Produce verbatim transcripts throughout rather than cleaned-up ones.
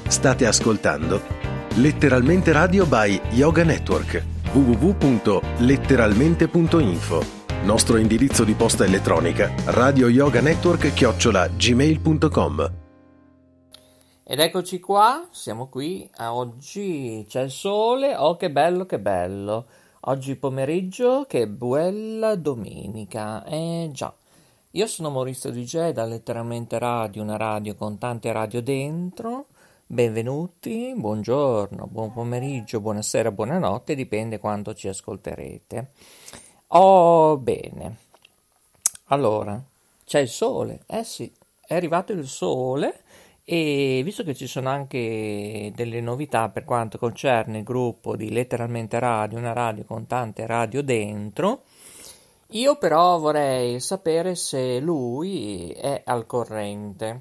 State ascoltando Letteralmente Radio by Yoga Network. w w w punto letteralmente punto info. Nostro indirizzo di posta elettronica radioyoganetwork chiocciola gmail punto com. Ed eccoci qua, siamo qui, a oggi c'è il sole, oh che bello che bello, oggi pomeriggio, che bella domenica, eh già. Io sono Maurizio D J da Letteralmente Radio, una radio con tante radio dentro. Benvenuti, buongiorno, buon pomeriggio, buonasera, buonanotte, dipende quando ci ascolterete. Oh, bene. Allora, c'è il sole, eh sì, è arrivato il sole e visto che ci sono anche delle novità per quanto concerne il gruppo di Letteralmente Radio, una radio con tante radio dentro, io però vorrei sapere se lui è al corrente.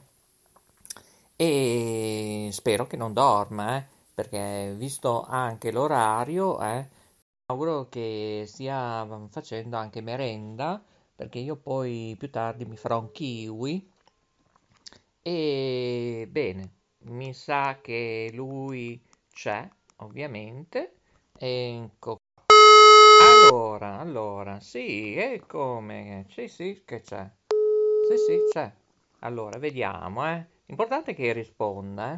E spero che non dorma, eh, perché visto anche l'orario, eh, auguro che stia facendo anche merenda, perché io poi più tardi mi farò un kiwi. E bene, mi sa che lui c'è, ovviamente. Ecco. Allora, allora, sì, e come? Sì, sì, che c'è. Sì, sì, c'è. Allora, vediamo, eh. L'importante è che risponda, eh.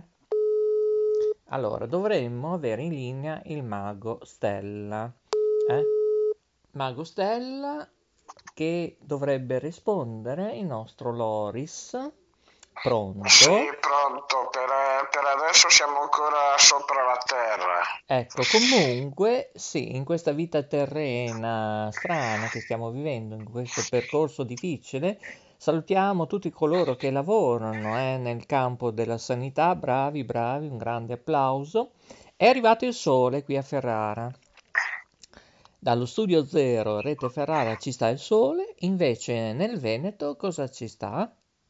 Allora, dovremmo avere in linea il mago Stella, eh? Mago Stella che dovrebbe rispondere il nostro Loris. Pronto? Sì, pronto, per, per adesso siamo ancora sopra la terra. Ecco, comunque, sì, in questa vita terrena strana che stiamo vivendo, in questo percorso difficile, salutiamo tutti coloro che lavorano eh, nel campo della sanità, bravi, bravi, un grande applauso. È arrivato il sole qui a Ferrara. Dallo studio zero Rete Ferrara ci sta il sole, invece nel Veneto cosa ci sta?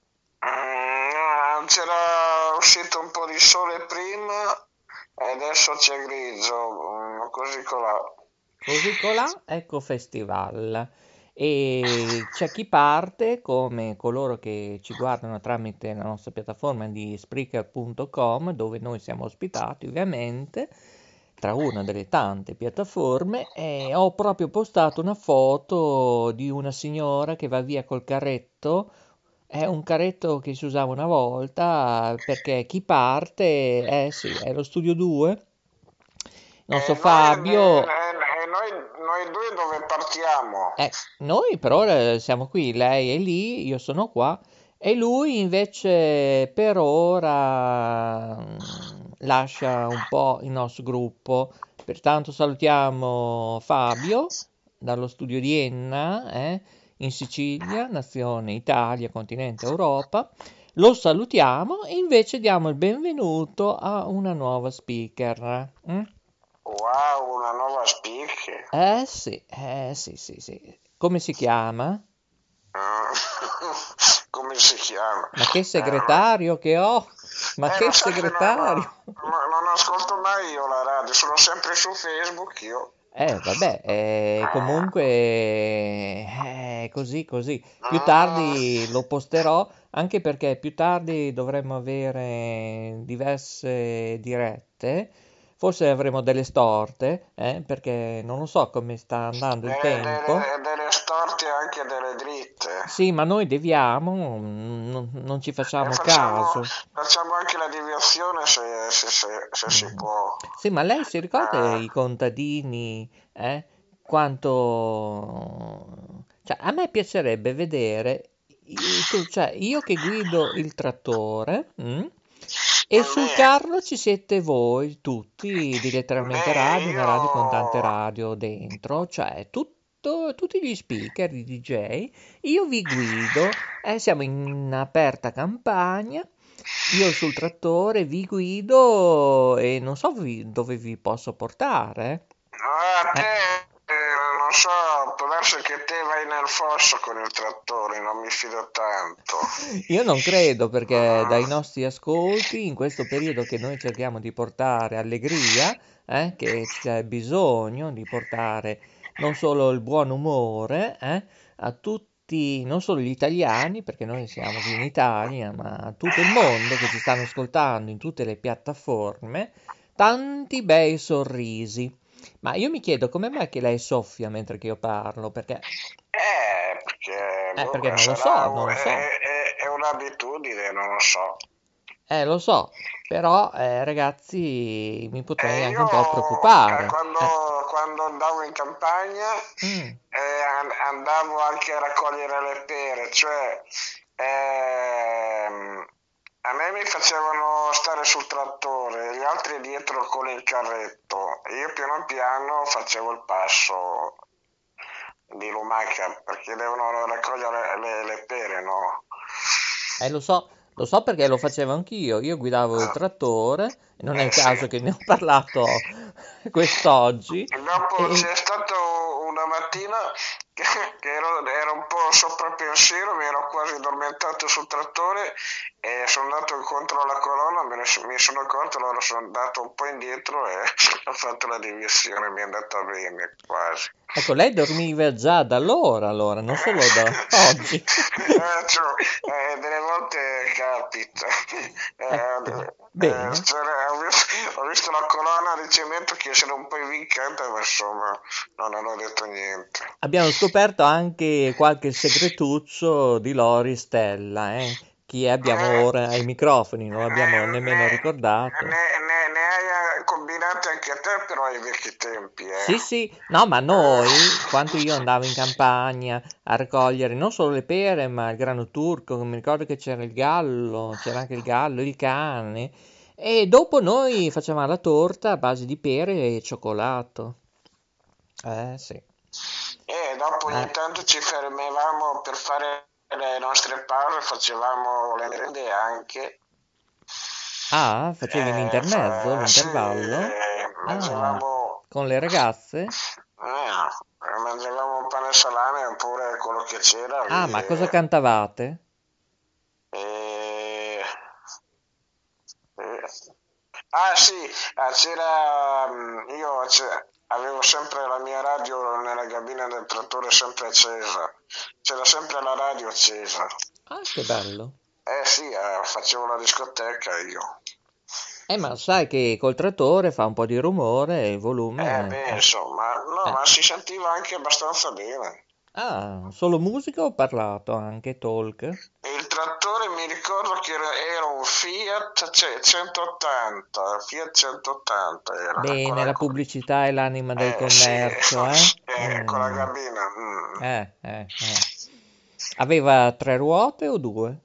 Mm, c'era uscito un po' di sole prima e adesso c'è grigio, così colà. Così colà, ecco festival. E c'è chi parte, come coloro che ci guardano tramite la nostra piattaforma di Spreaker punto com, dove noi siamo ospitati ovviamente, tra una delle tante piattaforme, e ho proprio postato una foto di una signora che va via col carretto. È un carretto che si usava una volta, perché chi parte, eh sì, è lo studio due, il nostro E noi, Fabio. e- e noi, noi due dove partiamo? Eh, noi per ora siamo qui, lei è lì, io sono qua, e lui invece per ora mm, lascia un po' il nostro gruppo. Pertanto salutiamo Fabio dallo studio di Enna, eh, in Sicilia, nazione Italia, continente Europa. Lo salutiamo e invece diamo il benvenuto a una nuova speaker. mm? Wow, una nuova speaker. Eh sì, eh sì, sì, sì. Come si chiama? Mm. Come si chiama? Ma che Eh, segretario che ho! Ma eh, che lo sai che no, no, segretario! no, non ascolto mai io la radio, sono sempre su Facebook io. Eh, vabbè, eh, comunque eh, così, così. Più Mm, tardi lo posterò, anche perché più tardi dovremo avere diverse dirette. Forse avremo delle storte, eh, perché non lo so come sta andando il delle, tempo. delle, delle storte e anche delle dritte. Sì, ma noi deviamo, non, non ci E facciamo facciamo, caso. facciamo anche la deviazione se, se, se, se si Mm. può. Sì, ma lei si ricorda Eh, i contadini, eh? Quanto... Cioè, a me piacerebbe vedere, i- tu, cioè, io che guido il trattore, mm? E sul beh, carro ci siete voi, tutti, di Letteralmente beh, Radio, una io, radio con tante radio dentro, cioè tutto, tutti gli speaker, i D J, io vi guido, eh, siamo in aperta campagna. Io sul trattore vi guido e non so vi- dove vi posso portare. a Eh, te, eh, non so, può darsi che te vai nel fosso con il trattore, non mi fido tanto. io non credo perché Mm, dai nostri ascolti, in questo periodo che noi cerchiamo di portare allegria, eh, che c'è bisogno di portare non solo il buon umore, eh, a tutti tutti, non solo gli italiani, perché noi siamo qui in Italia, ma tutto il mondo che ci stanno ascoltando in tutte le piattaforme, tanti bei sorrisi. Ma io mi chiedo come mai che lei soffia mentre che io parlo, perché, Eh, perché, eh, boh, perché non lo sarà so, non un- lo è, so. è- è un'abitudine, non lo so. Eh, lo so, però, eh, ragazzi, mi potrei Eh, anche un po' io eh, preoccupare. quando, Eh, quando andavo in campagna mm, eh, an- andavo anche a raccogliere le pere, cioè ehm, a me mi facevano stare sul trattore, gli altri dietro con il carretto, e io piano piano facevo il passo di lumaca perché devono raccogliere le, le pere, no? eh, lo so, lo so perché lo facevo anch'io. Io guidavo il Ah, trattore, e non è eh il sì. caso che ne ho parlato quest'oggi. E dopo E, c'è stato una mattina che, che ero, ero un po' sopra pensiero, mi ero quasi addormentato sul trattore e sono andato contro la colonna, me ne so- mi sono accorto, allora sono andato un po' indietro e ho fatto la deviazione, mi è andata bene quasi. ecco, lei dormiva già da allora, allora, non solo da oggi. Eh, cioè, eh, delle volte capita. Ecco, Eh, eh, bene. c'era- ho, visto, ho visto la colonna di cemento che si era un po' invincata, ma insomma non hanno detto niente. Abbiamo scoperto anche qualche segretuccio di Lori Stella, eh? Chi abbiamo Eh, ora ai microfoni, non l'abbiamo ne, nemmeno ne- ricordato. ne- ne- ne hai combinate anche a te, però ai vecchi tempi, eh. Sì, sì, no, ma noi, quando io andavo in campagna a raccogliere non solo le pere, ma il grano turco, mi ricordo che c'era il gallo, c'era anche il gallo, il cane, e dopo noi facevamo la torta a base di pere e cioccolato. Eh, sì. E dopo Eh. ogni tanto ci fermavamo per fare le nostre pause, facevamo le merende anche. Ah, facevi Eh, l'intermezzo, fa- sì, l'intervallo? eh, Ah, mangiavamo, con le ragazze? eh, mangiavamo pane e salame oppure quello che c'era Ah, lì. ma cosa eh, cantavate? e- e- Ah sì, ah, c'era, mm, io c'è- avevo sempre la mia radio nella cabina del trattore sempre accesa, c'era sempre la radio accesa. Ah, che bello. Eh sì, eh, facevo la discoteca io. Eh, ma sai che col trattore fa un po' di rumore e il Eh volume... beh, Eh, insomma, no, eh. ma si sentiva anche abbastanza bene. Ah, solo musica o parlato anche, talk? E il trattore mi ricordo che era, era un Fiat ce- centottanta, Fiat centottanta era, con Bene, la, la pubblicità è l'anima del eh, sì, commercio, eh? eh, con la Mm. cabina. mm. Eh, eh, eh. Aveva tre ruote o due?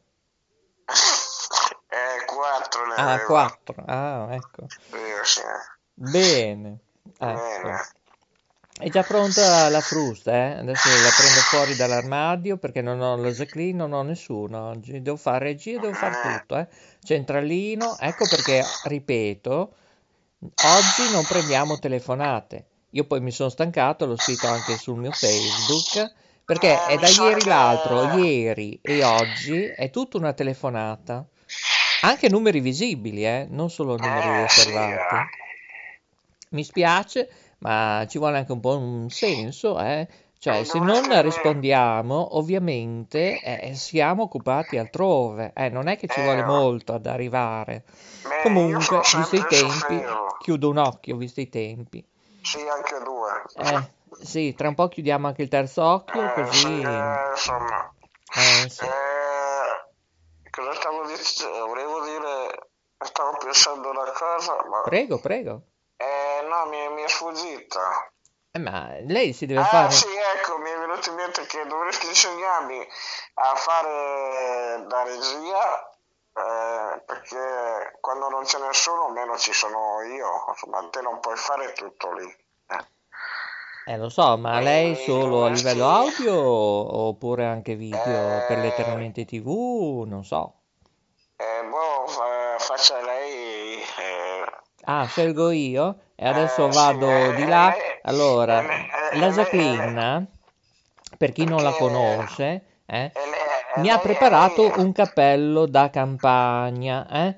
Eh, quattro ne Ah, aveva. quattro. Ah, ecco. Sì, sì. Bene, ecco. Bene. È già pronta la frusta, eh? Adesso la prendo fuori dall'armadio perché non ho la Jacqueline, non ho nessuno oggi. Devo fare regia, devo fare Eh, tutto, eh? Centralino, ecco perché, ripeto, oggi non prendiamo telefonate. Io poi mi sono stancato, l'ho scritto anche sul mio Facebook, perché eh, è mi da sa ieri che... l'altro, ieri e oggi è tutta una telefonata. Anche numeri visibili, eh? Non solo numeri Eh, sì, riservati. eh. Mi spiace, ma ci vuole anche un po' un senso, eh? Cioè, se non Dovresti... rispondiamo, ovviamente eh, siamo occupati altrove. Eh, non è che ci vuole Eh, molto ad arrivare. beh, io sono Comunque, visto i sempre tempi, soffrevo. chiudo un occhio, visto i tempi. Sì, anche due. Eh, sì, tra un po' chiudiamo anche il terzo occhio, Eh, sì, così... eh, insomma. Eh, sì. Eh, cosa stavo dicendo? Volevo dire... Stavo pensando una cosa, ma... Prego, prego. Eh, no, mi, mi è sfuggita. Eh, ma lei si deve Ah, fare... sì, ecco, mi è venuto in mente che dovresti insegnarmi a fare la regia, eh, perché quando non c'è nessuno, almeno ci sono io. Insomma, te non puoi fare tutto lì. Eh. Eh, lo so, ma lei E solo a dovresti... livello audio oppure anche video per Eh, letteralmente T V? Non so. eh, boh, fa- faccia lei... Eh, Ah, scelgo io e adesso eh, sì, vado eh, di eh, là. lei... Allora, eh, lei- eh, la eh, lei- eh, lei- Jacqueline, per chi non la perché... conosce, eh, eh, lei, eh, mi ha lei, eh, lei- preparato un cappello da campagna, eh,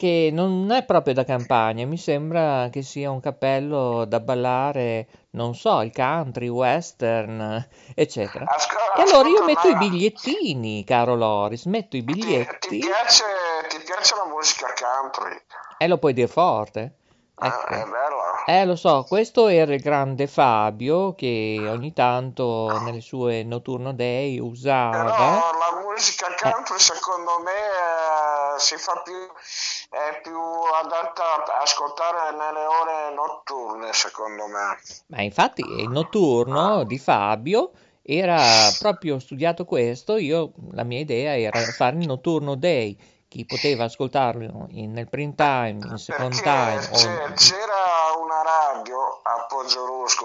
che non è proprio da campagna, mi sembra che sia un cappello da ballare, non so, il country, western, eccetera. Asco- E allora io ascolta, metto i ma bigliettini, caro Loris, metto i ti, ti biglietti piace, ti piace la musica country? e lo puoi dir forte. Ah, è Ecco. bella. Eh, lo so, questo era il grande Fabio che ogni tanto nelle sue Notturno Day usava. Però la musica Eh, country secondo me eh, si fa più, è più adatta a ascoltare nelle ore notturne, secondo me. ma infatti il notturno di Fabio era proprio studiato questo. Io, la mia idea era fare il Notturno Day. Chi poteva ascoltarlo in- nel prime time, in second time Perché o c'è- c'era una radio a Poggiolusco,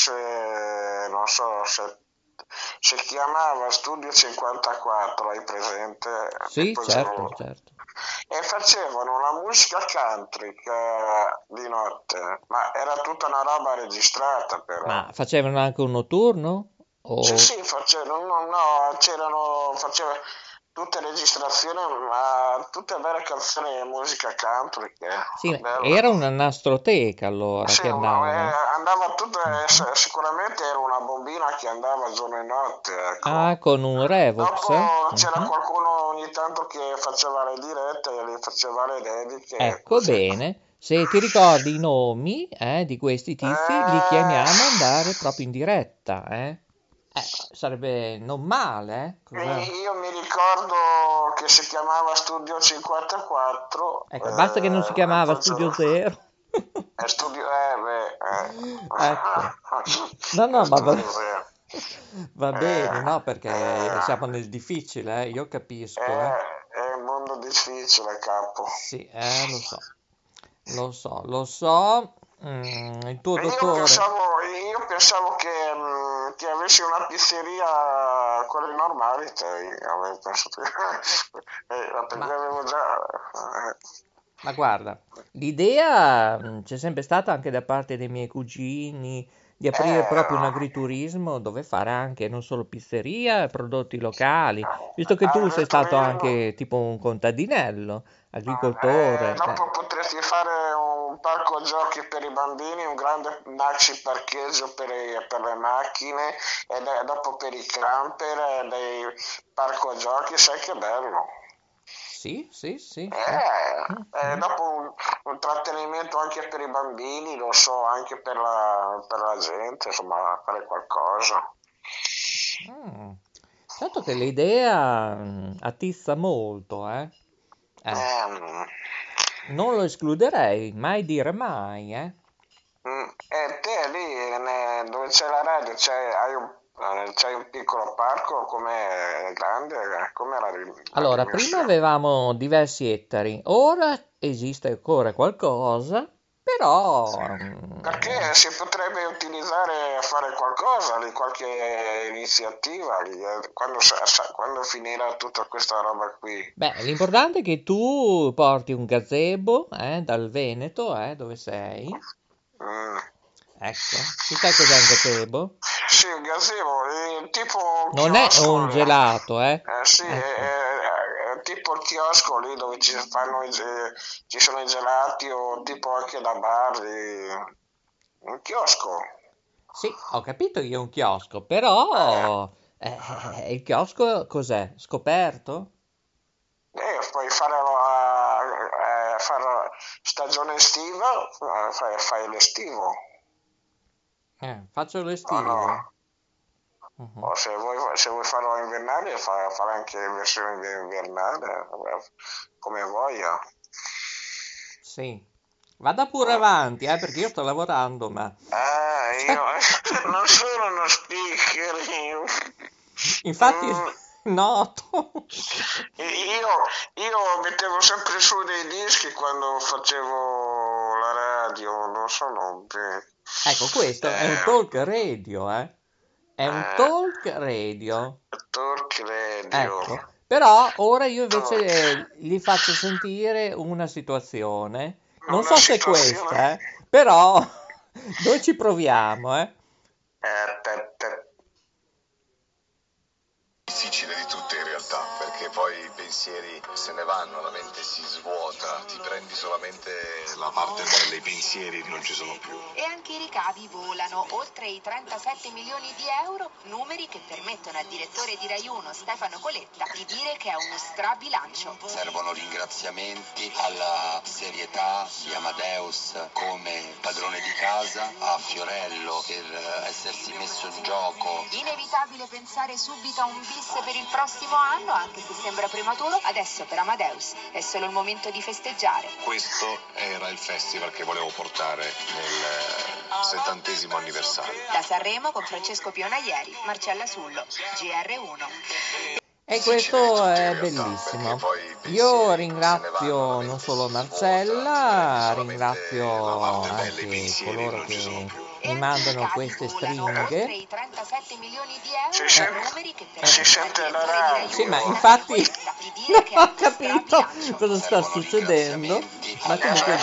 forse non so se si chiamava Studio cinquantaquattro, hai presente? Di sì, certo, Poggiolusco. certo. E facevano la musica country che- di notte, ma era tutta una roba registrata però. Ma facevano anche un notturno? Sì, O... sì, facevano, no, no, c'erano, faceva tutte registrazioni, ma tutte vere canzoni di musica country, che Sì, ma bella. era una nastroteca allora Sì, che una- andava. eh, andava tutte, Mhm. s- sicuramente era una bambina che andava giorno e notte, Ah, ecco. con un Revox? Dopo c'era Mhm. qualcuno ogni tanto che faceva le dirette e gli faceva le dediche, Ecco così. bene. Se ti ricordi i nomi eh, di questi tizi, li Eh, chiamiamo andare proprio in diretta, eh? Eh, sarebbe non male, eh? Cosa... io mi ricordo che si chiamava Studio cinquantaquattro, Ecco, basta che non si eh, e chiamava poi c'era Studio Zero. è Studio, eh, beh, eh. Ecco. No, È no, ma va, Studio Zero. va bene, Eh, no, perché eh, siamo nel difficile, eh? Io capisco, eh? è, è un mondo difficile, capo. Sì, eh, lo so, lo so, lo so. Mm, il tuo E Io dottore. pensavo, io pensavo che, mm, che avessi una pizzeria, quelle normali, cioè, avevo pensato che, eh, perché Ma avevo già... eh, Ma guarda, l'idea mh, c'è sempre stata anche da parte dei miei cugini di aprire proprio un eh, agriturismo dove fare anche non solo pizzeria e prodotti locali, visto che tu sei stato agriturismo. anche tipo un contadinello, Eh, agricoltore. Eh. dopo potresti fare un parco giochi per i bambini, un grande maxi parcheggio per, i- per le macchine e de- dopo per i camper, e dei parco giochi, sai che bello. Sì, sì, sì, sì. Eh, e Mhm. dopo un, un trattenimento anche per i bambini, lo so, anche per la, per la gente, insomma, fare qualcosa. Mm. Certo che l'idea mh, attizza molto, eh. Eh, Ehm, non lo escluderei, mai dire mai, eh. mm, e te lì ne- dove c'è la radio, c'hai, hai un, eh, c'hai un piccolo parco, com'è grande? Com'è la, dim- la Allora, prima dimensione? avevamo diversi ettari, ora esiste ancora qualcosa, però mm, Perché si potrebbe utilizzare a fare qualcosa lì, qualche iniziativa lì, eh, quando, sa- sa- quando finirà tutta questa roba qui. beh, l'importante è che tu porti un gazebo eh, dal Veneto, eh, dove sei. Mm. Ecco, tu sai cos'è un gazebo? Sì, un gazebo, è tipo un Non è chiosco un lì. gelato, eh? Eh, sì, è, Ecco. è- è tipo il chiosco lì dove ci fanno i, ge- ci sono i gelati o tipo anche da bar, lì. Un chiosco. Sì, ho capito che è un chiosco, Eh, però eh, eh, il chiosco cos'è? Scoperto? e poi fare la, eh, fare stagione estiva, eh, fai, fai l'estivo. Eh, faccio O no? l'estivo. Mhm. O se vuoi, se vuoi farlo invernale, fa, fare anche versione invernale, eh, come voglia. Sì. Vada pure Mm. avanti, eh, perché io sto lavorando, ma... Ah, io Cioè, non sono uno speaker, io. infatti, Mm, noto. io, io mettevo sempre su dei dischi quando facevo la radio, non sono bene. Ecco, questo è un Eh, talk radio, eh. È un eh, talk radio. Talk Radio. Ecco. Però ora io invece Talk. eh, gli faccio sentire una situazione. Non Una so se è situazione. questa, eh, però noi ci proviamo, eh. Eh, te- te- difficile di tutte in realtà, perché poi i pensieri se ne vanno, la mente si svuota, ti prendi solamente la parte bella, i pensieri non ci sono più. E anche i ricavi volano, oltre i trentasette milioni di euro, numeri che permettono al direttore di Rai uno, Stefano Coletta, di dire che è uno strabilancio. Servono ringraziamenti alla serietà di Amadeus come padrone di casa, a Fiorello per essersi messo in gioco. Inevitabile pensare subito a un bis per il prossimo anno, anche se sembra prematuro. Adesso per Amadeus è solo il momento di festeggiare. Questo era il festival che volevo portare nel settantesimo anniversario. Da Sanremo con Francesco Pionaieri, Marcella Sullo, G R uno. E questo è bellissimo. Io ringrazio non solo Marcella, ringrazio anche coloro che mi mandano queste stringhe. Si sente, si sente la radio. Sì, ma infatti non ho capito cosa sta succedendo. Ma comunque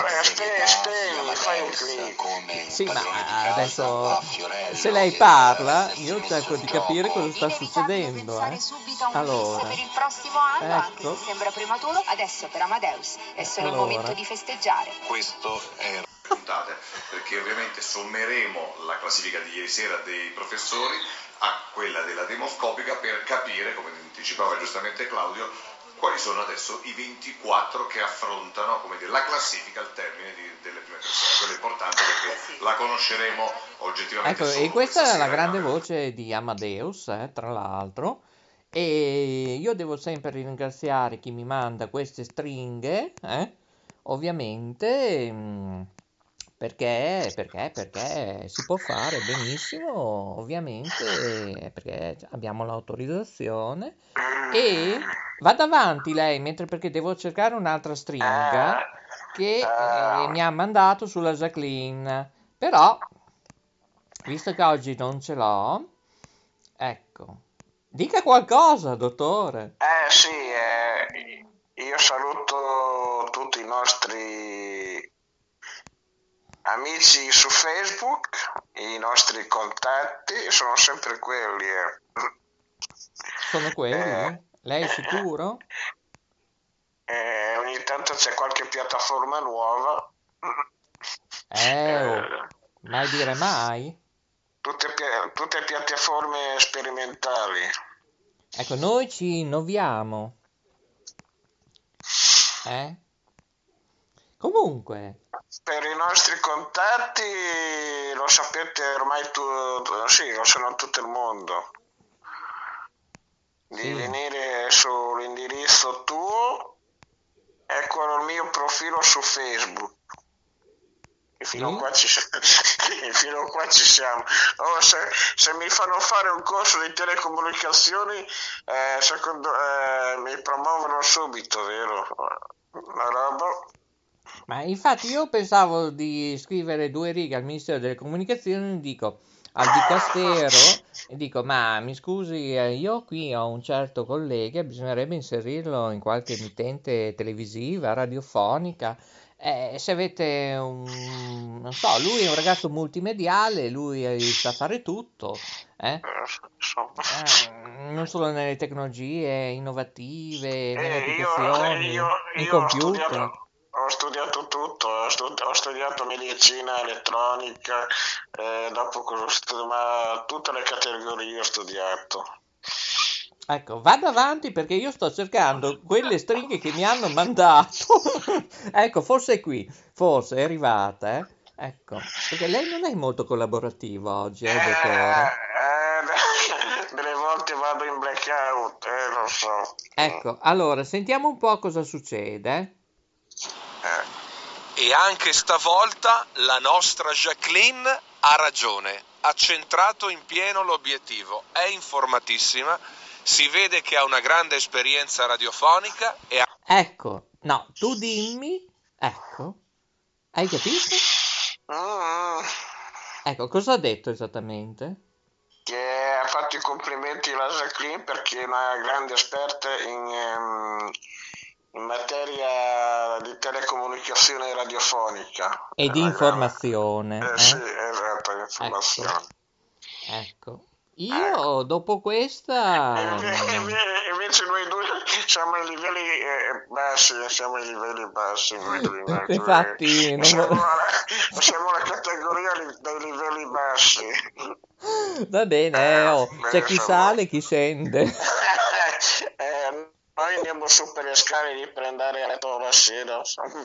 sì, ma adesso se lei parla io cerco di capire cosa sta succedendo, eh. Allora, per il prossimo anno, anche ecco. se sembra prematuro. Adesso per Amadeus è solo il Allora. momento di festeggiare. Questo era puntate, perché ovviamente sommeremo la classifica di ieri sera dei professori a quella della demoscopica per capire, come anticipava giustamente Claudio, quali sono adesso i ventiquattro che affrontano, come dire, la classifica al termine di, delle prime tre sere. Quello è importante perché la conosceremo oggettivamente. Ecco, solo e questa questa è la sera. grande voce di Amadeus, eh, tra l'altro. E io devo sempre ringraziare chi mi manda queste stringhe, eh, ovviamente, mh, perché, perché, perché si può fare benissimo, ovviamente, perché abbiamo l'autorizzazione. E vada avanti lei, mentre perché devo cercare un'altra stringa che eh, mi ha mandato sulla Jacqueline. Però, visto che oggi non ce l'ho, ecco, dica qualcosa, dottore. Eh sì, eh, io saluto tutti i nostri amici su Facebook, i nostri contatti, sono sempre quelli. Eh. Sono quelli? Eh, Lei è sicuro? eh, ogni tanto c'è qualche piattaforma nuova. Eh, oh, Eh, mai dire mai. tutte, pia- tutte piattaforme sperimentali. Ecco, noi ci innoviamo. Eh? Comunque, Per i nostri contatti, lo sapete ormai, tu, sì, lo sanno tutto il mondo. Di sì. venire sull'indirizzo tuo, eccolo il mio profilo su Facebook. E fino Sì? a qua ci, fino a qua ci siamo. Oh, se, se mi fanno fare un corso di telecomunicazioni, eh, secondo eh, mi promuovono subito, vero? Una roba. Ma infatti io pensavo di scrivere due righe al Ministero delle Comunicazioni e dico al Dicastero e dico ma mi scusi, eh, io qui ho un certo collega, bisognerebbe inserirlo in qualche emittente televisiva, radiofonica. Eh, se avete un, non so, lui è un ragazzo multimediale, lui eh, sa fare tutto, eh? Eh, insomma. Eh, non solo nelle tecnologie innovative, nelle Eh, io, applicazioni, io, in io ho computer. studiato, ho studiato tutto, ho, studi- ho studiato medicina, elettronica, eh, dopo cosa ho studiato, ma tutte le categorie ho studiato. Ecco, vado avanti perché io sto cercando quelle stringhe che mi hanno mandato. Ecco, forse è qui, forse è arrivata, eh? Ecco, perché lei non è molto collaborativa oggi, eh, dottore? Eh, delle volte vado in blackout, eh, lo so. Ecco, allora, sentiamo un po' cosa succede. Eh. E anche stavolta la nostra Jacqueline ha ragione, ha centrato in pieno l'obiettivo, è informatissima, si vede che ha una grande esperienza radiofonica e ha... Ecco, no, tu dimmi, ecco, hai capito? Mm, Ecco, cosa ha detto esattamente? che ha fatto i complimenti alla Jacqueline perché è una grande esperta in, ehm, in materia di telecomunicazione radiofonica. E È di una informazione, grande- eh? Eh, sì, esatto, informazione. Ecco, io dopo questa... E inve- mm, inve- invece noi due siamo ai livelli eh, bassi, siamo ai livelli bassi. Infatti, non siamo, vo- alla, siamo la categoria li- dei livelli bassi. Va bene, eh, oh, Eh, c'è chi insomma. sale e chi scende. Eh, noi andiamo su per le scale di prendere a letto la sera.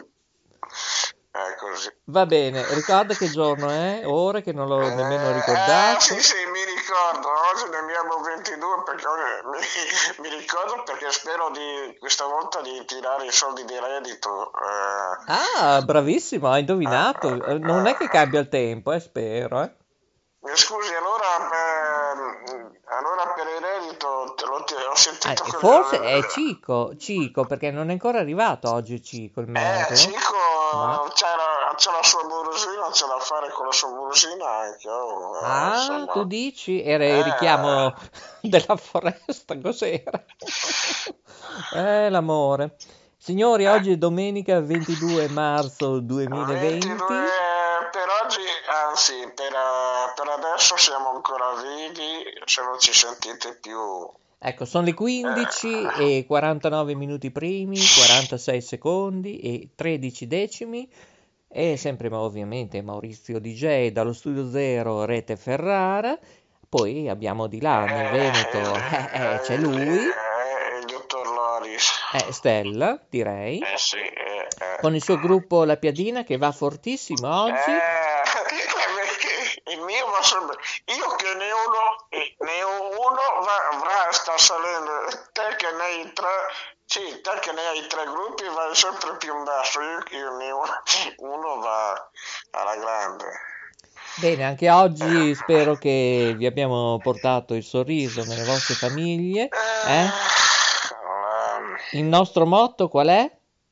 È così. Va bene, ricorda che giorno è? Ora che non l'ho nemmeno Eh, ricordato. sì, sì, mi ricordo. Oggi ne abbiamo ventidue perché mi, mi ricordo perché spero di questa volta di tirare i soldi di reddito. Eh, Ah, bravissimo, hai indovinato. Eh, Non è che cambia il tempo, eh, spero, eh. eh, scusi, allora, ehm, allora per il reddito te lo- te- ho Eh, sentito quello- forse è Cico, Cico, perché non è ancora arrivato oggi Cico, il Eh, meteo. Cico Ma- c'è la, c'è la sua burosina, c'è da fare con la sua burosina anche. Oh, eh, Ah, insomma. tu dici? Era il Eh. richiamo della foresta, cos'era? Eh, l'amore. Signori, oggi è domenica ventidue marzo duemilaventi. ventidue per oggi, anzi per, eh, per adesso siamo ancora vivi, se non ci sentite più. Ecco, sono le quindici e quarantanove minuti primi, quarantasei secondi e tredici decimi. E sempre ma ovviamente Maurizio D J dallo Studio Zero Rete Ferrara. Poi abbiamo di là nel Veneto, eh, eh, c'è lui, Eh, il dottor Loris. eh, Stella, direi, Eh sì, eh, eh. con il suo gruppo La Piadina che va fortissimo oggi. Eh, il mio va sempre. Io che ne ho uno, eh, ne ho uno va, va, sta salendo. Te che ne hai tre, sì, te che ne hai tre gruppi vai sempre più in basso. Io che ne ho uno va alla grande. Bene, anche oggi spero che vi abbiamo portato il sorriso nelle vostre famiglie. Eh? Ehm, Il nostro motto qual è?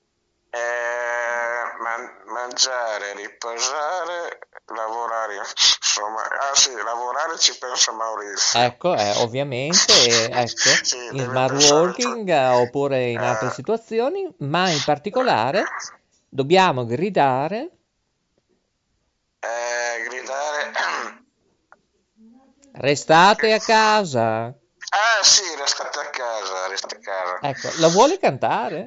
eh, man- mangiare, riposare, lavorare. Insomma, ah sì, lavorare ci pensa Maurizio. Ecco, eh, ovviamente, eh, ecco, Sì, in deve smart pensare working eh, oppure in altre Eh. situazioni, ma in particolare dobbiamo gridare Eh, gridare. restate a casa. Ah sì, restate a casa, restate a casa. Ecco, la vuole cantare?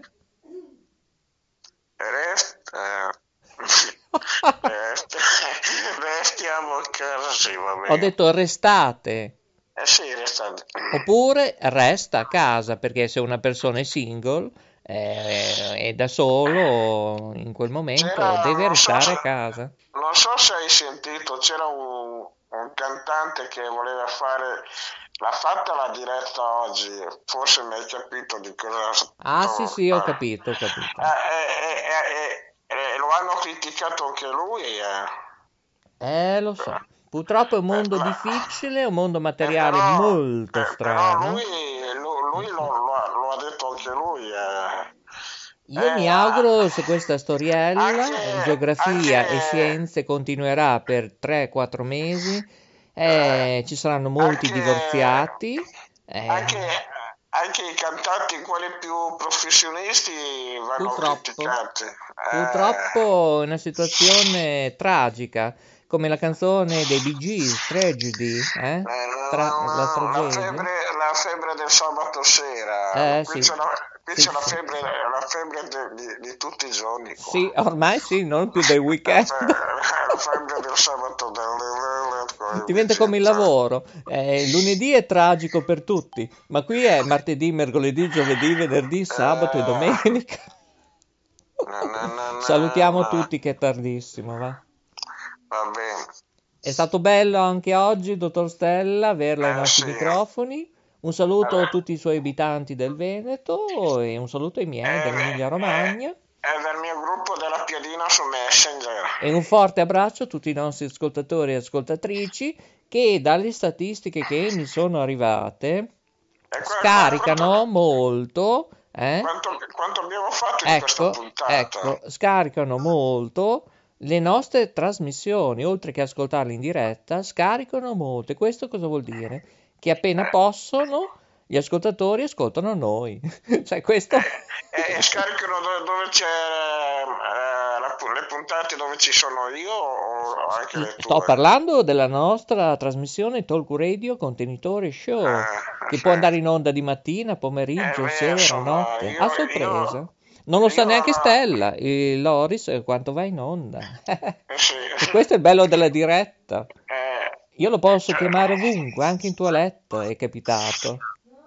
Rest, eh, rest- restiamo a casa, sì, va bene. Ho detto restate, Eh sì, restate. oppure resta a casa, perché se una persona è single, eh, è da solo, in quel momento C'era- deve non so restare se- a casa. Non so se hai sentito, c'era un, un cantante che voleva fare, l'ha fatta la diretta oggi, forse mi hai capito di cosa Ah, sto- sì, sì, ho eh. capito, ho capito. Eh, eh, eh, eh, eh, lo hanno criticato anche lui. Eh. Eh, lo so. Purtroppo è un mondo difficile, un mondo materiale Eh, però- molto eh, Però strano. lui, lui, lui lo, lo ha, lo ha detto anche lui. eh. Io Eh, mi auguro, se questa storiella, anche- geografia anche- e scienze, continuerà per tre quattro mesi, eh, ci saranno molti anche- divorziati. eh, Anche, anche i cantanti, quelli più professionisti, vanno Purtroppo. criticati. Eh, Purtroppo è una situazione tragica, come la canzone dei Bee Gees, Tragedy, eh? eh, Tra- no, la la, tragedia. febbre, la febbre del sabato sera. Eh, qui sì. c'è, la, qui Sì, c'è la sì. febbre, la febbre de- di, di tutti i giorni. qua. Sì, ormai sì, non più dei La, weekend. fe- la febbre del sabato del, Diventa come il lavoro. Eh, il lunedì è tragico per tutti, ma qui è martedì, mercoledì, giovedì, venerdì, sabato e domenica. No, no, no, no, Salutiamo no. tutti che è tardissimo, va. Va bene. È stato bello anche oggi, dottor Stella, averla ai Eh, nostri sì. microfoni. Un saluto Eh. a tutti i suoi abitanti del Veneto e un saluto ai miei Eh, dell'Emilia Romagna. È del mio gruppo della Piadina su Messenger. E un forte abbraccio a tutti i nostri ascoltatori e ascoltatrici che dalle statistiche che mi sono arrivate E qua- scaricano quanto, molto, eh? quanto, quanto abbiamo fatto in questa Ecco, puntata? ecco, scaricano molto le nostre trasmissioni, oltre che ascoltarle in diretta, scaricano molto. E questo cosa vuol dire? Che appena possono, gli ascoltatori ascoltano noi. Cioè, questo... E, e scaricano dove, dove c'è eh, la pu- le puntate dove ci sono io o anche le tue? Sto parlando della nostra trasmissione Talk Radio Contenitore Show, Eh, che sì. può andare in onda di mattina, pomeriggio, Eh, beh, sera, insomma, notte, io- a sorpresa. io- Non lo sa io neanche non ho- Stella, il Loris, eh, quanto va in onda. Eh, sì. E questo è il bello della diretta. Eh, Io lo posso chiamare ovunque, anche in tuo letto, è capitato.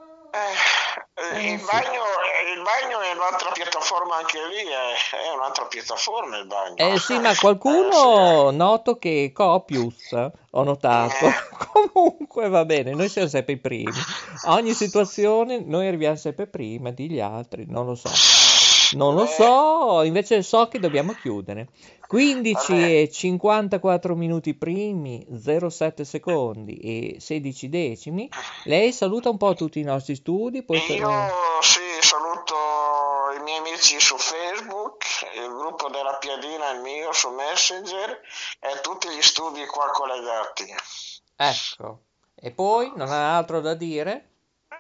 eh, Eh, il, sì. bagno, il bagno è un'altra piattaforma, anche lì è, è un'altra piattaforma il bagno. Eh sì, ma qualcuno noto che copius, ho notato. Eh. Comunque va bene, noi siamo sempre i primi. A ogni situazione noi arriviamo sempre prima degli altri, non lo so. Non lo so, invece so che dobbiamo chiudere. quindici e cinquantaquattro minuti primi, zero sette secondi e sedici decimi. Lei saluta un po' tutti i nostri studi, poi se- Io sì, saluto i miei amici su Facebook, il gruppo della Piadina, il mio su Messenger e tutti gli studi qua collegati. Ecco. E poi non ha altro da dire?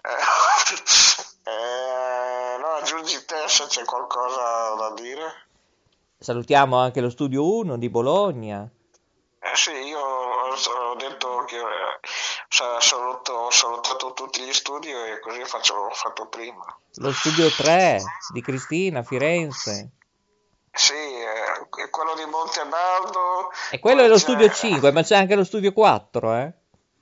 Eh, eh, no, aggiungi te se c'è qualcosa da dire. Salutiamo anche lo studio uno di Bologna. Eh sì, io ho, ho detto che eh, sa- saluto, ho salutato tutti gli studi e così faccio, ho fatto prima. Lo studio tre di Cristina, Firenze. Sì, eh, quello di Montebaldo. E quello è lo poi studio c'è- cinque, ma c'è anche lo studio quattro, eh?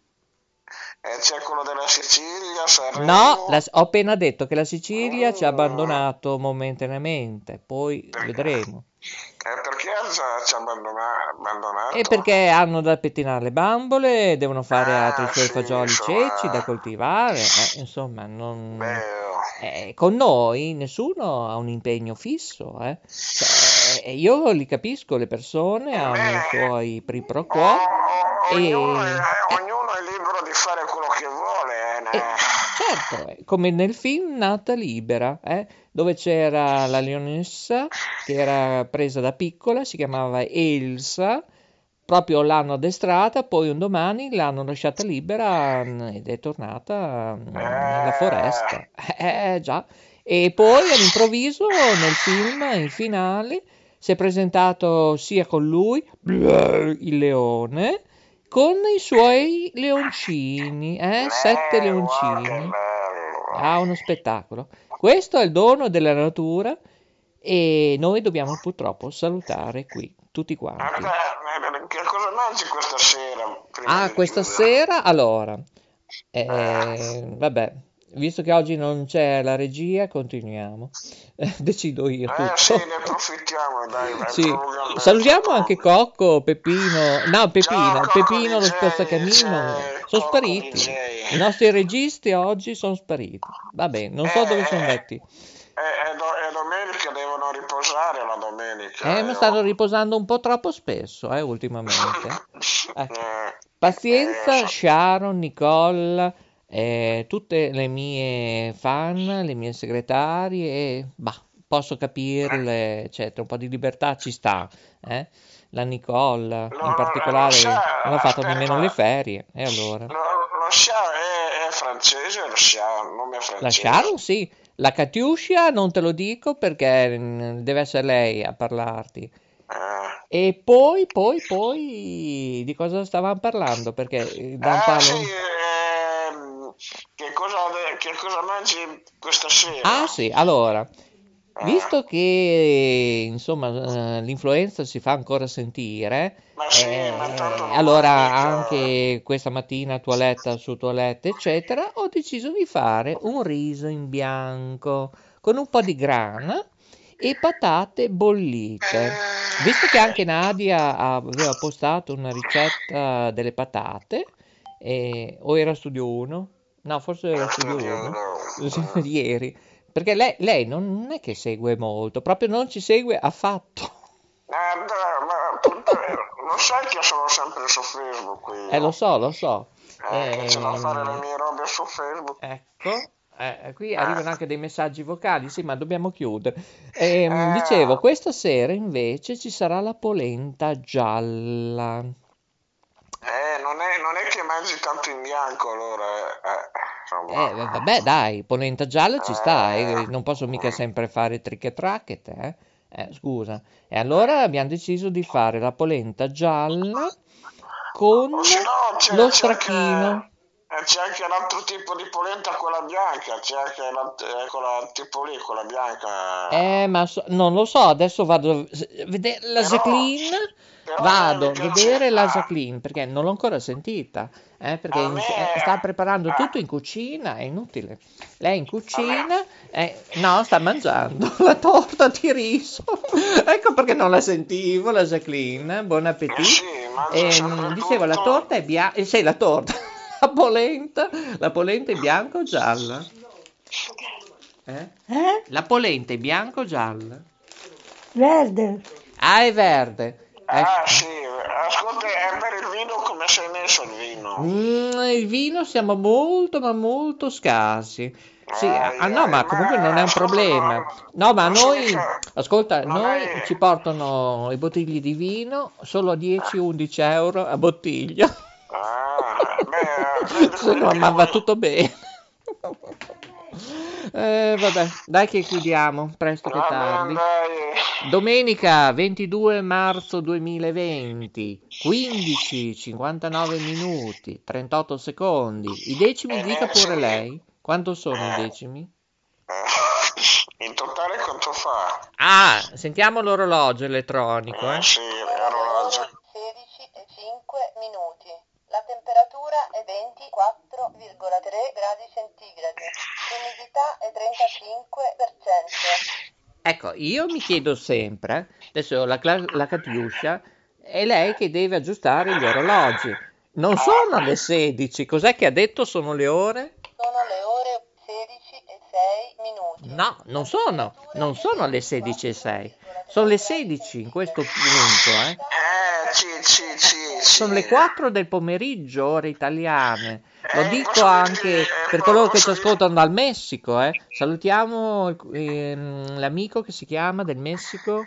eh, c'è quello della Sicilia, Sanremo. No, la- ho appena detto che la Sicilia ci ha abbandonato momentaneamente, poi vedremo. Eh, perché ha- ci ha abbandona- abbandonato? E perché hanno da pettinare le bambole, devono fare Ah, altri suoi sì, fagioli insomma. ceci da coltivare, eh, insomma, non... Beh, Eh, con noi nessuno ha un impegno fisso, eh. Cioè, eh, io li capisco, le persone hanno i suoi pri pro quo o- e... ognuno, è, eh, ognuno è libero di fare quello che vuole. eh, ne- Eh, certo, eh, come nel film Nata Libera, eh, dove c'era la leonessa che era presa da piccola, si chiamava Elsa, proprio l'hanno addestrata, poi un domani l'hanno lasciata libera mm, ed è tornata mm, nella foresta. Eh, eh, già. E poi all'improvviso nel film, in finale, si è presentato sia con lui, il leone, con i suoi leoncini, eh, sette Eh, guarda che leoncini. bello. Ha uno spettacolo. Questo è il dono della natura e noi dobbiamo purtroppo salutare qui tutti quanti. Aspetta, eh, che cosa mangi questa sera? prima Ah, di questa chiudere? sera, allora, eh, vabbè, visto che oggi non c'è la regia, continuiamo. Eh, decido io Eh sì, tutto. ne approfittiamo, dai, vai, Sì, prolungamente, salutiamo anche prolunga. Cocco, Peppino, no Peppino, Ciao, Cocco Peppino lo D J, spazzacamino, c'è sono Cocco spariti. D J. I nostri registi oggi sono spariti. Vabbè, non so dove sono andati. E, e, do- e domenica devono riposare la domenica. Eh, ma io- stanno riposando un po' troppo spesso, eh, ultimamente. Eh. Eh, Pazienza, eh, so- Sharon, Nicole, eh, tutte le mie fan, le mie segretarie, bah, posso capirle, eccetera, un po' di libertà ci sta, eh? La Nicole, Lo- in particolare, lo sa- non ha fatto aspetta. nemmeno le ferie, e allora? Lo, lo Sha è, è francese, lo Sha, il nome è La francese. Sharon sì, la Katiuscia non te lo dico perché mm, deve essere lei a parlarti. Eh. E poi, poi, poi, di cosa stavamo parlando? Perché eh, da un Ah palo... sì, ehm, che cosa, che cosa mangi questa sera? Ah sì, allora, Eh, visto che insomma eh, l'influenza si fa ancora sentire, ma sì, eh, ma tanto non allora va mica- anche questa mattina toiletta su toilette, eccetera, ho deciso di fare un riso in bianco con un po' di grana e patate bollite. Visto che anche Nadia aveva postato una ricetta delle patate, eh, o era Studio uno? No, forse era Studio uno, ieri, perché lei, lei non è che segue molto, proprio non ci segue affatto. Eh, dai, ma puttana, lo sai che sono sempre su Facebook qui. Eh, lo so, lo so. Eh, che c'è da fare le Ehm, mie robe su Facebook. Ecco, eh, qui arrivano anche dei messaggi vocali, sì, ma dobbiamo chiudere. Ehm, Eh. dicevo, questa sera invece ci sarà la polenta gialla. Eh, non è, non è che mangi tanto in bianco allora. Eh, insomma. Eh, vabbè, dai, polenta gialla ci sta, eh, non posso mica sempre fare trick e tracket, eh. Eh, scusa. E allora abbiamo deciso di fare la polenta gialla con O se no c'è, lo c'è anche, stracchino. eh, c'è anche un altro tipo di polenta, quella bianca, c'è anche la, eh, quella tipo lì, quella bianca. Eh, ma so- non lo so, adesso vado a vedere la Però, Jacqueline, però a vado me a mi piace, vedere la a, Jacqueline, perché non l'ho ancora sentita, eh, perché a in- me, eh, sta preparando tutto a, in cucina, è inutile. Lei in a cucina, me, eh, no, sta mangiando la torta di riso. Ecco perché non la sentivo, la Jacqueline, buon eh appetito. sì, mangia Ehm, sempre dicevo, la tutto. torta è bianca, sì, la torta, la polenta, la polenta è bianca o gialla? Eh? Eh? La polenta è bianca o gialla? Verde. Ah, è verde. Ah Ecco. sì, ascolta, è per il vino come sei messo il vino? Mm, il vino siamo molto, ma molto scarsi. Sì, ah Ai, ah, no, ai, ma comunque non ma è un ascolta, problema. non, No, ma a non sono noi, mica, ascolta, non noi hai, ci portano i bottigli di vino solo a dieci undici euro a bottiglia. ah, beh, vedi, Se no, vedi ma va come, tutto bene. Eh, vabbè, dai che chiudiamo, presto che va bene, tardi. dai, Domenica ventidue marzo duemilaventi, quindici cinquantanove minuti, trentotto secondi. I decimi e dica pure decimi, lei. Quanto sono i eh, decimi? eh, in totale quanto fa? Ah, sentiamo l'orologio elettronico, Eh eh. sì, orologio. sedici e cinque minuti. La temperatura è ventiquattro virgola tre gradi centigradi. L'umidità è trentacinque per cento. Ecco, io mi chiedo sempre, adesso la, cla- la Catiuscia, è lei che deve aggiustare gli orologi. Non sono le sedici, cos'è che ha detto sono le ore? Sono le ore sedici e sei minuti. No, non La sono, temperatura non è sono le sedici e sei, ventiquattro virgola tre sono le gradi sedici in questo centigradi. punto, eh. Eh, sì, sì, sì, Sono le sì. quattro del pomeriggio, ore italiane. Lo Eh, dico posso dirti, anche eh, per po- coloro che ci posso dire, ascoltano dal Messico, eh. Salutiamo il- ehm, l'amico che si chiama del Messico.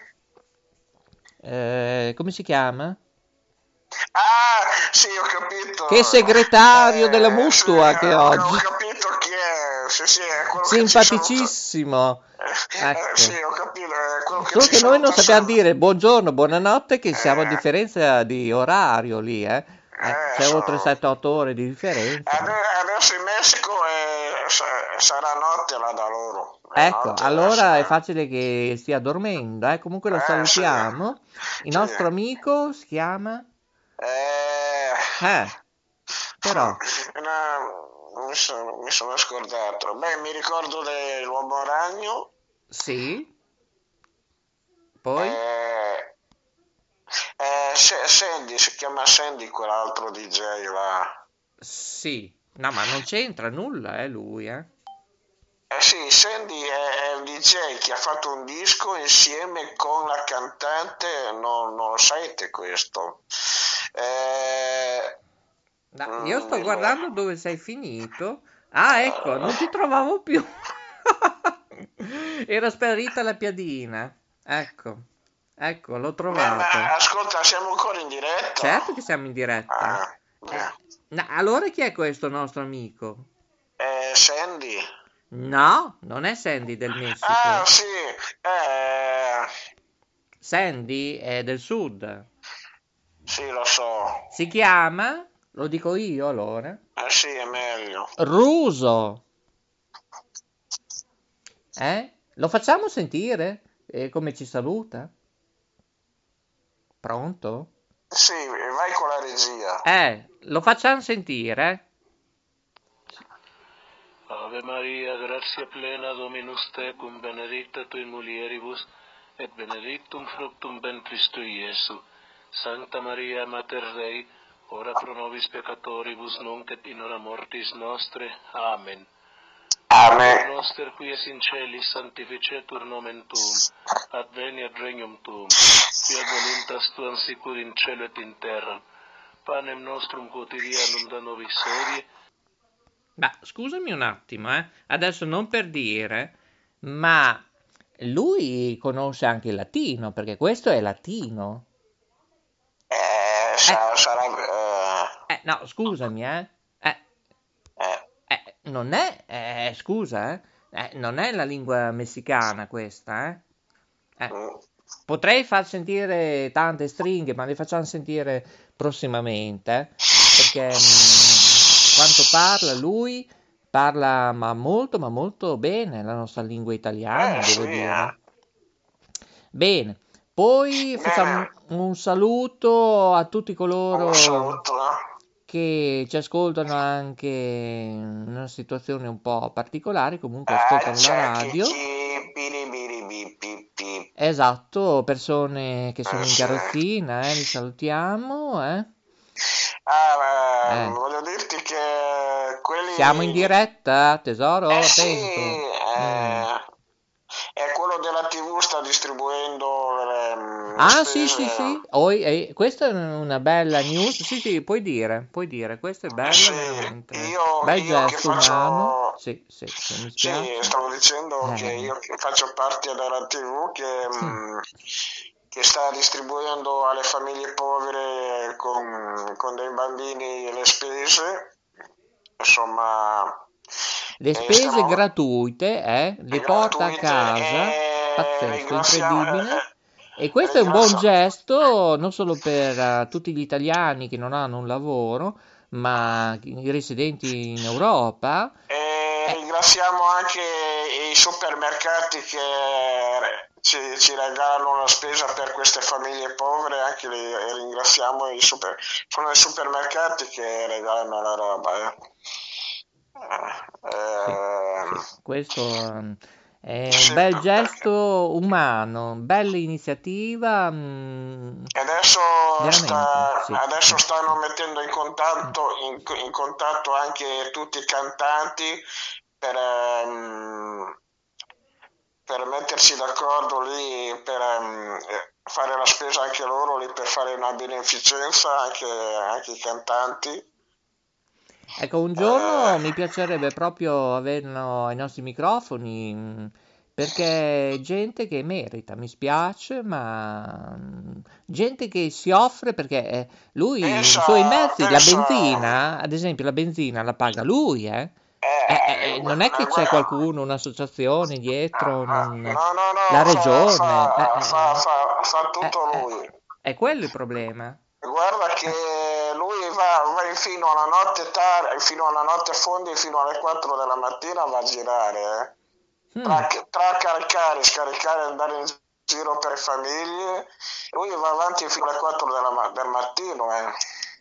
Eh, come si chiama? ah, sì, ho capito, Che segretario della eh, sì, mutua che ho, ho oggi. capito chi è, sì, sì, è quello che ci saluta, Simpaticissimo. eh, eh, sì, Ecco. ho capito, è quello che Solo ci che noi non saluta sappiamo sempre, dire buongiorno, buonanotte, che siamo a eh, differenza di orario lì, eh. Eh, eh, c'è oltre so. sette otto ore di differenza. Ade- adesso in Messico è- sa- sarà notte là da loro, è Ecco, notte adesso, allora è eh. facile che stia dormendo, eh. Comunque lo Eh, sì, salutiamo. Il sì, nostro amico si chiama? eh, Eh, però. no, mi sono, mi sono scordato, beh, mi ricordo dell'Uomo Ragno, Sì, poi? eh, eh, Sa- Sandy, si chiama Sandy quell'altro D J là. Sì. No, ma non c'entra nulla, eh, lui, eh. Eh sì, Sandy è, è il D J che ha fatto un disco insieme con la cantante, no, non lo sapete questo. Eh, No, io mm, sto il- guardando dove sei finito. Ah, ecco, non ti trovavo più. Era sparita la piadina. Ecco, ecco, l'ho beh, ma trovato. ascolta, siamo ancora in diretta? Certo che siamo in diretta. Ah, Eh, beh. no, allora chi è questo nostro amico? Eh, Sandy? No, non è Sandy del Messico. Ah, sì, eh, Sandy è del sud. sì, lo so. Si chiama, lo dico io allora, Eh sì, è meglio. Ruso. Eh? Lo facciamo sentire? Eh, come ci saluta? Pronto? Sì, vai con la regia. Eh, lo facciamo sentire? Ave Maria, grazia plena, Dominus tecum, benedicta tu in mulieribus, et benedictum fructum ventris tui, Iesu. Sancta Maria, Mater Dei, ora pro nobis peccatoribus, nunc et in hora mortis nostre. Amen. Amen. Pater noster qui es in celis, sanctificetur nomen tuum, adveniat regnum tuum, fiat voluntas tuam sicur in cielo et in terra. Panem nostrum quotidianum da nobis hodie, Ma scusami un attimo, eh. Adesso non per dire, ma lui conosce anche il latino, perché questo è latino. Eh, sa- sarà... eh, Eh, no, scusami, eh. Eh, eh, eh, non è, eh, scusa, eh. Eh, non è la lingua messicana questa, eh. Eh, mm, potrei far sentire tante stringhe, ma le facciamo sentire prossimamente, eh, perché mh, quanto parla lui, parla ma molto, ma molto bene la nostra lingua italiana, Eh, devo sì, dire. eh. Bene, poi facciamo Bene, un saluto a tutti un coloro saluto. eh. che ci ascoltano anche in una situazione un po' particolare, comunque Ah, ascoltano la c'è chi radio. chi piribiribipipi. Esatto, persone che sono Eh in sì. carrozzina, eh, li salutiamo, eh. Ah, eh, Eh, voglio dirti che siamo in quelli... diretta, tesoro, Eh sì, attento. Mm. eh, è quello della T V sta distribuendo le, le Ah, sì, sì, spese. sì. Oh, eh, questa è una bella news. Sì, sì, puoi dire, puoi dire, questa è Eh bella sì, veramente. io, Bel io che gesto umano. faccio... Sì, sì, sì, mi Sì, spiace. stavo dicendo che Eh, io che faccio parte della T V che, mm. mm, che sta distribuendo alle famiglie povere con, con dei bambini le spese, insomma, Le e spese stiamo gratuite, eh, le porta a gratuite casa. e Pazzesco, ringraziamo, incredibile. eh, E questo è un buon ringrazia- gesto non solo per eh, tutti gli italiani che non hanno un lavoro, ma i residenti in Europa. e Eh, ringraziamo anche i supermercati che ci, ci regalano la spesa per queste famiglie povere, anche li e ringraziamo i super, sono i supermercati che regalano la roba. Eh. sì, Eh, sì, questo ehm, è un sì, bel per- perché gesto umano, bella iniziativa, mm, e adesso, veramente, sta, sì, adesso sì, stanno sì. mettendo in Mm. contatto, in, in contatto anche tutti i cantanti per, ehm, per mettersi d'accordo lì per ehm, eh, fare la spesa anche loro lì per fare una beneficenza anche, anche i cantanti. Ecco, un Eh, giorno mi piacerebbe proprio averlo ai nostri microfoni, mm, perché è gente che merita, mi spiace, ma mm, gente che si offre perché eh, lui, i pensa, suoi mezzi, la pensa, benzina, ad esempio, la benzina la paga lui, eh? Eh, eh, eh, eh, gu- non è che c'è guarda, qualcuno, un'associazione dietro, non- no, no, la no, fa, regione, eh, fa, fa, eh, fa, fa eh, tutto eh, lui. è quello il problema. Guarda che Eh, lui va, va fino alla notte tardi, fino alla notte fondi, fino alle quattro della mattina va a girare, eh. mm. Tra, tra caricare, scaricare e andare in giro per famiglie, lui va avanti fino alle quattro della ma- del mattino, eh.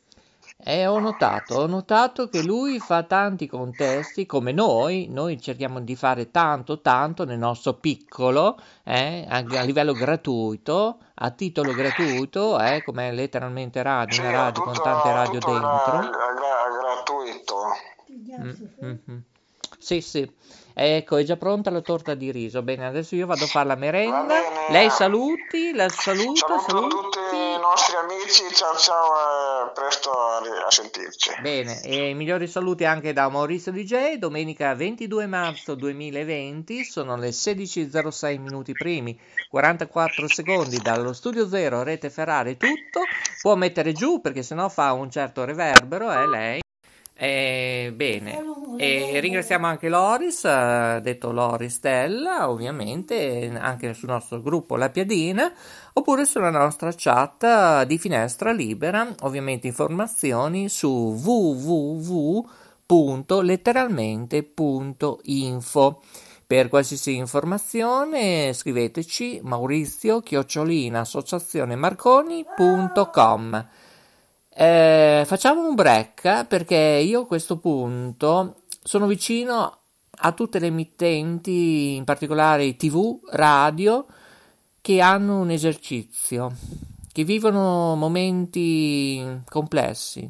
E ho notato, ho notato che lui fa tanti contesti come noi, noi cerchiamo di fare tanto, tanto nel nostro piccolo, eh, a, a livello gratuito, a titolo gratuito, eh, come letteralmente radio, Sì, una è radio con tutto, tante radio tutto gra- dentro. gra- gratuito. Mm, mm, mm. Sì, sì. Ecco, è già pronta la torta di riso. Bene, adesso io vado a fare la Va merenda. bene, Lei saluti, la saluta, saluto tutti i saluti. nostri amici, ciao ciao, e presto a, a sentirci. Bene, e i migliori saluti anche da Maurizio D J. Domenica ventidue marzo duemilaventi, sono le sedici e zero sei minuti primi, quarantaquattro secondi dallo studio zero, Rete Ferrari, tutto. Può mettere giù perché sennò fa un certo reverbero, eh, lei. Eh, bene, e ringraziamo anche Loris, eh, detto Loris Stella, ovviamente, anche sul nostro gruppo La Piadina, oppure sulla nostra chat di Finestra Libera, ovviamente informazioni su w w w punto letteralmente punto info. Per qualsiasi informazione scriveteci Maurizio chiocciolina associazione marconi punto com. Eh, facciamo un break perché io a questo punto sono vicino a tutte le emittenti, in particolare i tivù, radio, che hanno un esercizio, che vivono momenti complessi,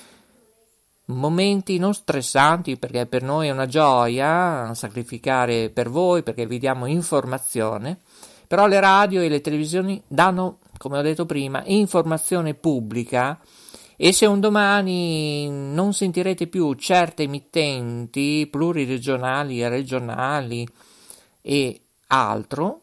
momenti non stressanti, perché per noi è una gioia sacrificare per voi, perché vi diamo informazione, però le radio e le televisioni danno, come ho detto prima, informazione pubblica. E se un domani non sentirete più certe emittenti pluriregionali e regionali e altro,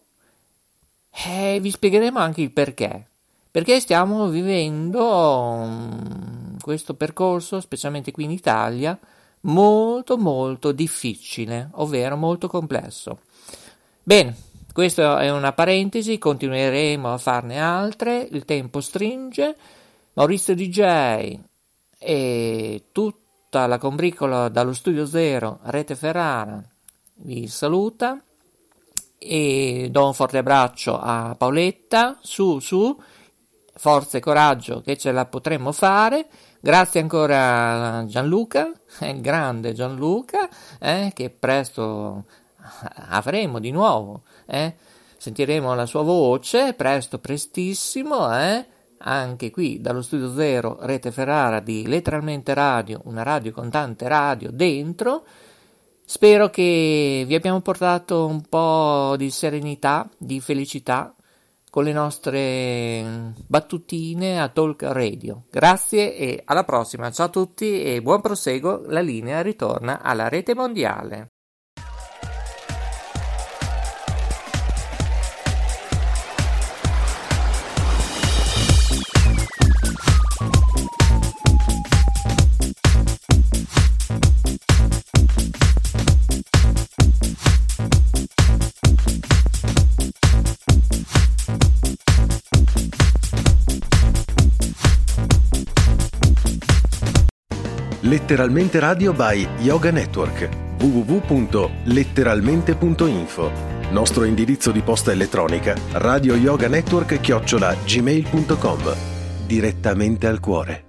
eh, vi spiegheremo anche il perché. Perché stiamo vivendo um, questo percorso, specialmente qui in Italia, molto molto difficile, ovvero molto complesso. Bene, Questa è una parentesi, continueremo a farne altre, il tempo stringe. Maurizio D J e tutta la combricola dallo Studio Zero Rete Ferrara vi saluta e do un forte abbraccio a Paoletta, su su, forza e coraggio che ce la potremo fare. Grazie ancora a Gianluca, il grande Gianluca, eh, che presto avremo di nuovo, eh? Sentiremo la sua voce presto, prestissimo, eh? Anche qui dallo Studio Zero Rete Ferrara di Letteralmente Radio, una radio con tante radio dentro. Spero che vi abbiamo portato un po' di serenità, di felicità con le nostre battutine a Talk Radio. Grazie e alla prossima. Ciao a tutti e buon proseguo. La linea ritorna alla rete mondiale. Letteralmente Radio by Yoga Network. w w w punto letteralmente punto info. Nostro indirizzo di posta elettronica radioyoganetwork chiocciola gmail punto com. Direttamente al cuore.